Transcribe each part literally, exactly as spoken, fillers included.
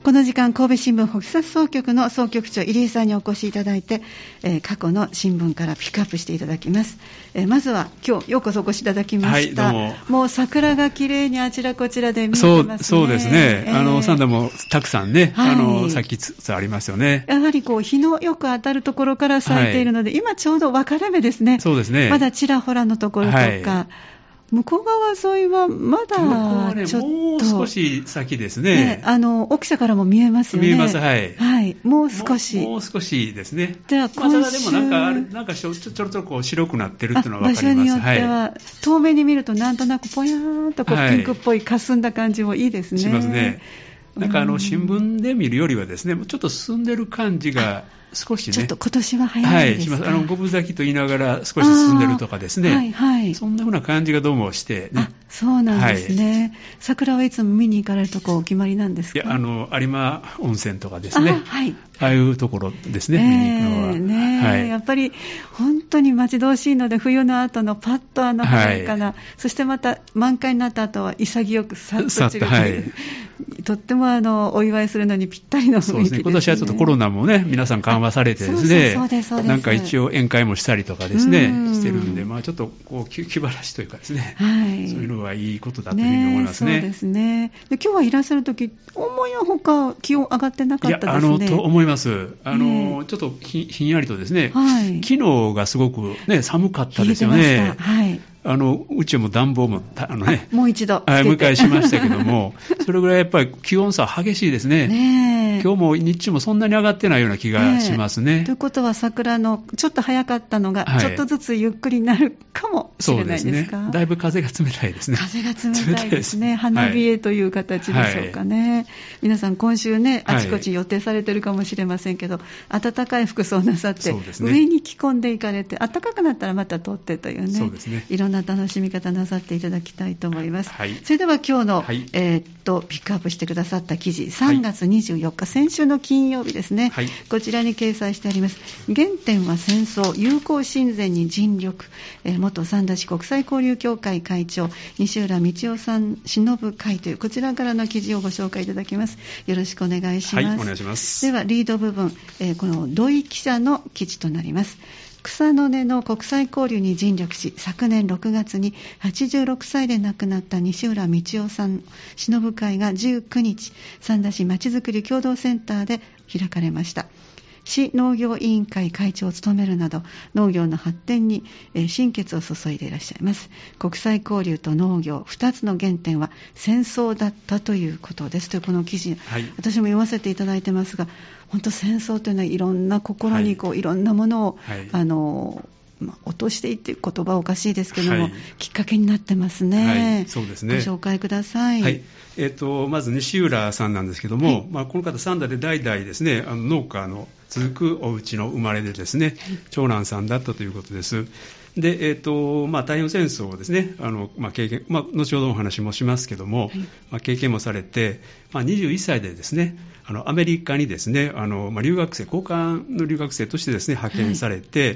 この時間、神戸新聞北薩総局の総局長入江さんにお越しいただいて、えー、過去の新聞からピックアップしていただきます。えー、まずは今日ようこそお越しいただきました。はい、どうも。もう桜が綺麗にあちらこちらで見えてますね。 そう、そうですね。えー、あの三田もたくさんね、はい、あの咲きつつありますよね。 やはりこう日のよく当たるところから咲いているので、はい、今ちょうど分かれ目ですね。 そうですね。 まだちらほらのところとか。はい、向こう側沿いはまだちょっと、 ね、もう少し先ですね。ね、 あの奥社からも見えますよね。 見えます、はい。 はい、もう少し。 もう、もう少しですね。 では今週、 まあ、ただでもなんかある、なんかちょちょっとこう白くなってるっていうのは分かります。 場所によっては、はい、遠目に見るとなんとなくぽやーんとこう、はい、ピンクっぽい霞んだ感じもいいですね。 しますね。なんかあの新聞で見るよりはですね、ちょっと進んでる感じが少しね。 ちょっと今年は早いですか。 はい、します。あの五分咲きと言いながら少し進んでるとかですね。はいはい。そんな風な感じがどうもしてね。 あ、そうなんですね。はい、桜はいつも見に行かれるとこお決まりなんですか。 いや、あの有馬温泉とかですね。 あ、はい。 ああいうところですね、えー、見に行くのは。 ねえ、はい、やっぱり本当に待ち遠しいので、冬の後のパッとあの華やかな、はい、そしてまた満開になった後は潔くさっと散る、はい、とってもあのお祝いするのにぴったりの雰囲気ですね。 そうですね。今年はちょっとコロナもね、皆さん緩和されてですね、そうですそうです、なんか一応宴会もしたりとかですね、してるんで、まあちょっとこう気晴らしというかですね、はい、そういうのはいいことだというふうに思いますね。 ね、そうですね。で今日はいらっしゃるとき、思いのほか気温上がってなかったですね。 いや、あのと思います。あの、ね、ちょっと ひ, ひんやりとですね、はい、昨日がすごく、ね、寒かったですよね。はい、あのうちも暖房もあの、ね、 もう一度迎えしましたけども、それぐらいやっぱり気温差激しいですね。ね、今日も日中もそんなに上がってないような気がしますね。 ね、ということは桜のちょっと早かったのが、はい、ちょっとずつゆっくりになるかもしれないですか。そうですね。 だいぶ風が冷たいですね。 風が冷たいですね。花冷えという形でしょうかね。はい、皆さん今週ね、あちこち予定されてるかもしれませんけど、はい、暖かい服装なさって、ね、上に着込んでいかれて、暖かくなったらまた取ってというね、そうですね、いろんな楽しみ方なさっていただきたいと思います。はい、それでは今日の、はい、えー、っとピックアップしてくださった記事、さんがつにじゅうよっか、はい、先週の金曜日ですね、はい、こちらに掲載してあります。原点は戦争、友好親善に尽力、えー、元三田市国際交流協会会長西浦道夫さん忍会というこちらからの記事をご紹介いただきます。よろしくお願いします。 はい、お願いします。 ではリード部分、えー、この土井記者の記事となります。草の根の国際交流に尽力し、昨年ろくがつにはちじゅうろくさいで亡くなった西浦道夫さん忍会がじゅうくにち、三田市まちづくり共同センターで開かれました。市農業委員会会長を務めるなど、農業の発展に心血を注いでいらっしゃいます。国際交流と農業、ふたつの原点は戦争だったということですというこの記事、はい、私も読ませていただいてますが、本当戦争というのはいろんな心にこう、はい、いろんなものを、はい、あのまあ、落としていっていう言葉はおかしいですけども、はい、きっかけになってますね。はい、そうですね。ご紹介ください。 はい、えー、とまず西浦さんなんですけども、はい、まあ、この方三田で代々ですね、あの農家の続くお家の生まれでですね、はい、長男さんだったということです。で、えーとまあ、太平洋戦争をですね、あの、まあ、経験、まあ、後ほどお話もしますけども、はい、まあ、経験もされて、まあ、にじゅういっさいでですね、あのアメリカにですね、あの、まあ、留学生、交換の留学生としてですね派遣されて、はい、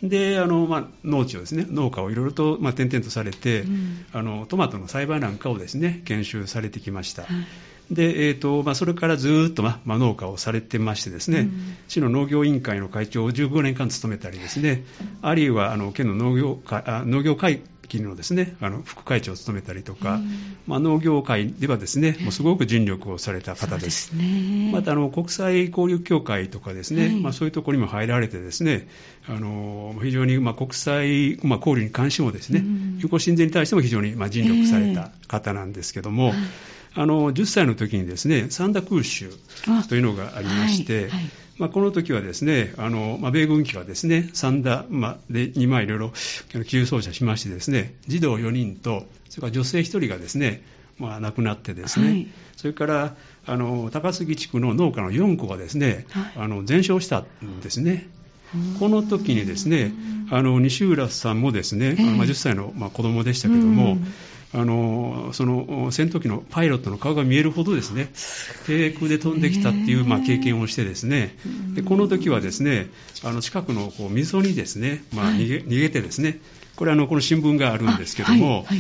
であの、まあ、農地をですね、農家をいろいろと、まあ、転々とされて、うん、あのトマトの栽培なんかをですね研修されてきました。はい、でえーとまあ、それからずっと、まあ、農家をされてましてですね、うん、市の農業委員会の会長をじゅうごねんかん務めたりですね、あるいはあの県の農業会、あ農業会のですね、あの副会長を務めたりとか、うん、まあ、農業界ではですね、もうすごく尽力をされた方です。そうですね。またあの国際交流協会とかですね、はい、まあ、そういうところにも入られてですね、あの非常にまあ国際、まあ、交流に関してもですね、うん、友好親善に対しても非常にまあ尽力された方なんですけども、えーはい、あのじゅっさいの時にですね、三田空襲というのがありまして、はいはい、まあ、この時はですね、あの、まあ、米軍機がですね、三田、まあ、でにまいろいろ急走者しましてですね、児童よにんと、それから女性ひとりがですね、まあ、亡くなってですね、はい、それからあの高杉地区の農家のよんこがですね、はい、あの全焼したんですね。この時にですね、あの西浦さんもですね、えー、まあ、じゅっさいの、まあ、子供でしたけども、あのその戦闘機のパイロットの顔が見えるほどですね、低空で飛んできたっていう、まあ、経験をしてですね、でこの時はですね、あの近くのこう溝にですね、まあ、逃げ、逃げてですね、これあのこの新聞があるんですけども、はいはい、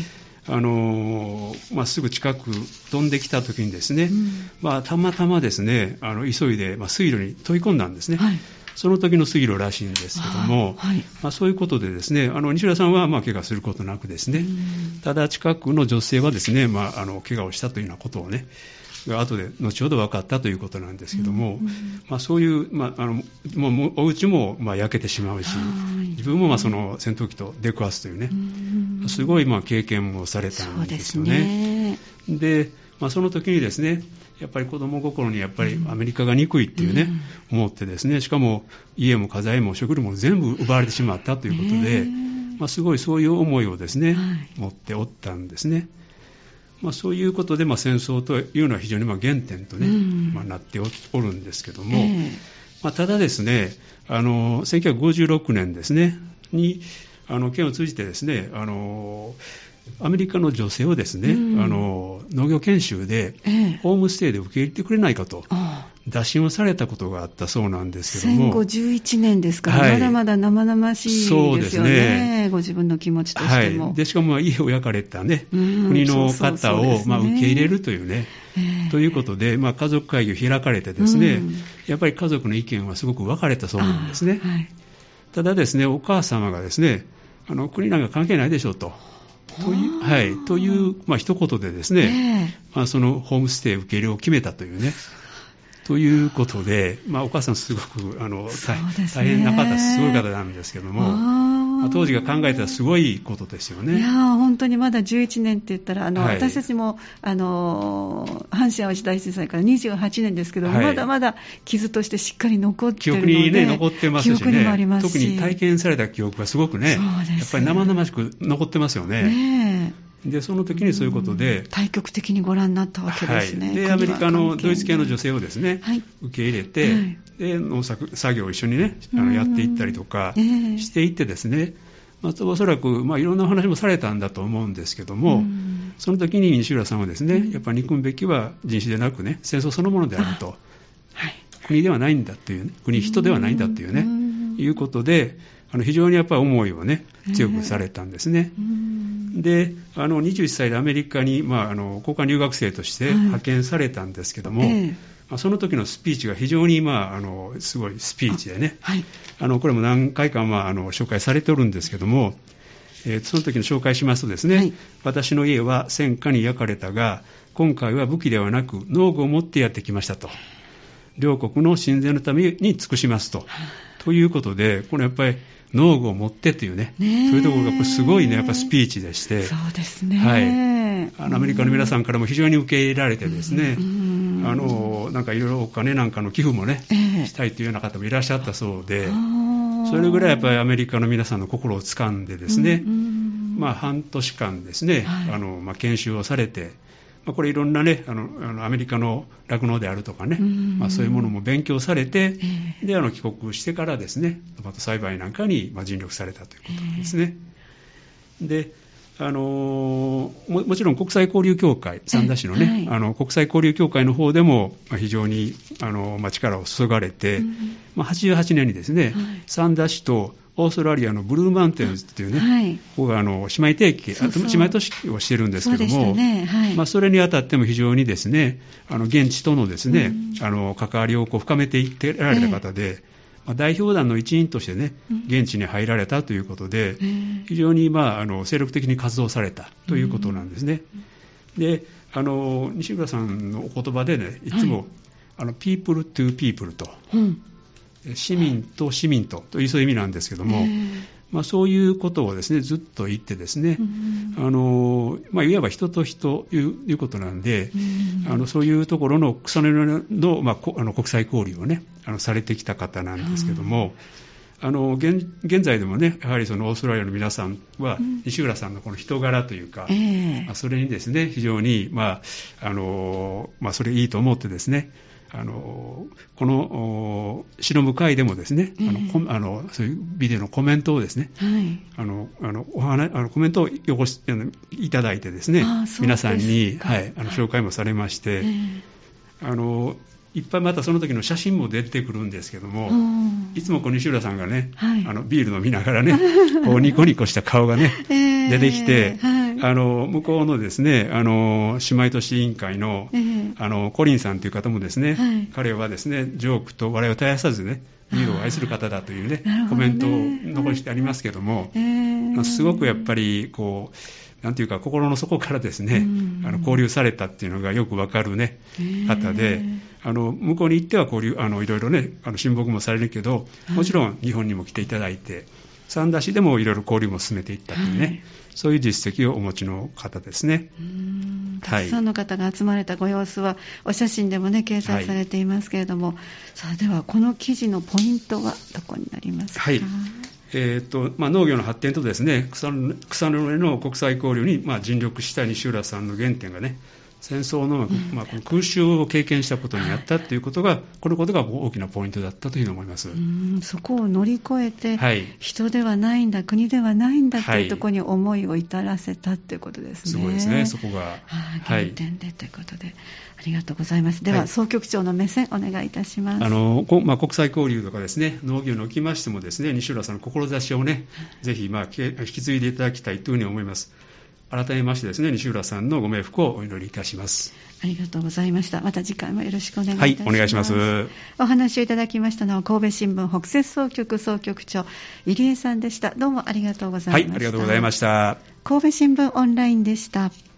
あのーまあ、すぐ近く飛んできた時にですね、うんまあ、たまたまですね、あの急いで、まあ、水路に飛び込んだんですね。はい、その時の水路らしいんですけども、はいまあ、そういうことでですね、あの西浦さんはまあ怪我することなくですね、ただ近くの女性はですね、まあ、あの怪我をしたというようなことをね、後で後ほど分かったということなんですけども、うんまあ、そういう、まあ、あのもうお家もまあ焼けてしまうし、自分もまあその戦闘機と出くわすというね、うん、すごいまあ経験もされたんですよね。で、でまあ、その時にですね、やっぱり子供心にやっぱりアメリカが憎いっていうね、うん、思ってですね、しかも家も家財も食料も全部奪われてしまったということで、まあ、すごいそういう思いをですね、はい、持っておったんですね。まあ、そういうことで、まあ、戦争というのは非常にまあ原点と、ねうんまあ、なっておるんですけども、えーまあ、ただですね、あのせんきゅうひゃくごじゅうろくねんですねにあの県を通じてですね、あのアメリカの女性をですね、うん、あの農業研修で、えー、ホームステイで受け入れてくれないかと打診をされたことがあったそうなんですけども、 戦後じゅういちねんですから、はい、まだまだ生々しいですよね。そうですね、ご自分の気持ちとしても、 はい、でしかも家を焼かれた、ね、国の方をまあ受け入れるというね、えー、ということで、まあ、家族会議を開かれてですね、うん、やっぱり家族の意見はすごく分かれたそうなんですね。はい、ただですね、お母様がですね、あの国なんか関係ないでしょうと。という、はい、という、まあ、一言でですね、えーまあ、そのホームステイ受け入れを決めたというね、ということで、まあ、お母さんすごくあの、ね、大変な方、すごい方なんですけども、まあ、当時が考えたらすごいことですよね。 いや本当にまだじゅういちねんって言ったら、あの、はい、私たちもあの阪神・淡路大震災からにじゅうはちねんですけど、はい、まだまだ傷としてしっかり残っているので、 記憶に、ね、残ってますしね、 記憶にもありますし、 特に体験された記憶がすごくね、やっぱり生々しく残ってますよね。ねでその時にそういうことで対極的にご覧になったわけですね。 はい、でアメリカのドイツ系の女性をですね、はい、受け入れて、はい、で農作作業を一緒にねあのやっていったりとかしていってですね、まあ、おそらく、まあ、いろんなお話もされたんだと思うんですけども、その時に西浦さんはですね、やっぱり憎むべきは人種でなくね、戦争そのものであると、はい、国ではないんだという、ね、国人ではないんだというね、いうことで、あの非常にやっぱり思いをね強くされたんですね。であのにじゅういっさいでアメリカに、まあ、あの交換留学生として派遣されたんですけども、はいえーまあ、その時のスピーチが非常に、まあ、あのすごいスピーチでね、あ、はい、あのこれも何回か、まあ、あの紹介されておるんですけども、えー、その時の紹介しますとですね、はい、私の家は戦火に焼かれたが今回は武器ではなく農具を持ってやってきましたと、両国の親善のために尽くしますと、ということで、これやっぱり農具を持ってというね、そういうところがやっぱすごいね、やっぱスピーチでして、 そうですね、 はい、あのアメリカの皆さんからも非常に受け入れられてですね、あのなんかいろいろお金なんかの寄付もね、えー、したいというような方もいらっしゃったそうで、それぐらいやっぱりアメリカの皆さんの心を掴んでですね、まあ、半年間ですね、はい、あのまあ、研修をされて、まあ、これいろんなねあのあのアメリカの酪農であるとかね、まあ、そういうものも勉強されて、えー、であの帰国してからですねトマト栽培なんかにまあ尽力されたということなんですね。えー、であのも, もちろん国際交流協会三田市のね、はい、あの国際交流協会の方でも非常にあの、まあ、力を注がれて、うんまあ、はちじゅうはちねんにですね、はい、三田市とオーストラリアのブルーマウンテンズっていうね、はい、ここがあの姉妹提携、そうそう姉妹都市をしてるんですけども、 そ, ねはいまあ、それにあたっても非常にですね、あの現地とのですね、うん、あの関わりをこう深めていってられた方で、えーまあ、代表団の一員としてね、現地に入られたということで、うん、非常に、まあ、あの精力的に活動されたということなんですね。うん、であの西村さんのお言葉でね、いつも、はい、あの people to people と、うん市民と市民とというそういう意味なんですけども、まあ、そういうことをですねずっと言ってですね、あのまあ、いわば人と人ということなんで、あのそういうところの草の根の、まあ、あの国際交流をねあのされてきた方なんですけども、あの 現, 現在でもねやはりそのオーストラリアの皆さんは西浦さんのこの人柄というか、まあ、それにですね非常に、まああのまあ、それいいと思ってですね、あのこの白向会でもですね、えー、あのあのそういうビデオのコメントをですね、はい、あのあのお話あのコメントをよこしあのいただいてですね、皆さんに、はい、あの紹介もされまして、はいあのいっぱいまたその時の写真も出てくるんですけども、いつもこう西浦さんがね、はい、あのビール飲みながらねこうニコニコした顔がね、えー、出てきて、はい、 あの向こうのですね、あの姉妹都市委員会の、 えー、 あのコリンさんという方もですね、 はい、 彼はですね、ジョークと笑いを絶やさずね、ミールを愛する方だというね、 ねコメントを残してありますけども、 えー、 すごくやっぱりこう、なんていうか、心の底からですね、 うんあの交流されたっていうのがよくわかる、ね、方で、あの向こうに行っては交流、あのいろいろね、あの親睦もされるけど、もちろん日本にも来ていただいて、三田市でもいろいろ交流も進めていったというね、はい、そういう実績をお持ちの方ですね。 うーん、たくさんの方が集まれたご様子は、お写真でもね、掲載されていますけれども、はい、さあではこの記事のポイントはどこになりますか？ はい、えーとまあ、農業の発展とですね、草の上の国際交流に、まあ、尽力した西浦さんの原点がね、戦争の、まあ、この空襲を経験したことにあったということが、このことが大きなポイントだったというふうに思います。 うーん、そこを乗り越えて、 はい、 人ではないんだ、国ではないんだというところに思いを至らせたということですね。 すごいですね、そこが。 原点でということで、はい、ありがとうございます。では、はい、総局長の目線お願いいたします。 あの、まあ、国際交流とかですね、農業におきましてもですね、西浦さんの志をね、ぜひ、まあ、引き継いでいただきたいというふうに思います。改めましてですね、西浦さんのご冥福をお祈りいたします。 ありがとうございました。また次回もよろしくお願いいたします。 はい、お願いします。 お話をいただきましたのは神戸新聞北摂総局総局長入江さんでした。どうもありがとうございました。 はい、ありがとうございました。 神戸新聞オンラインでした。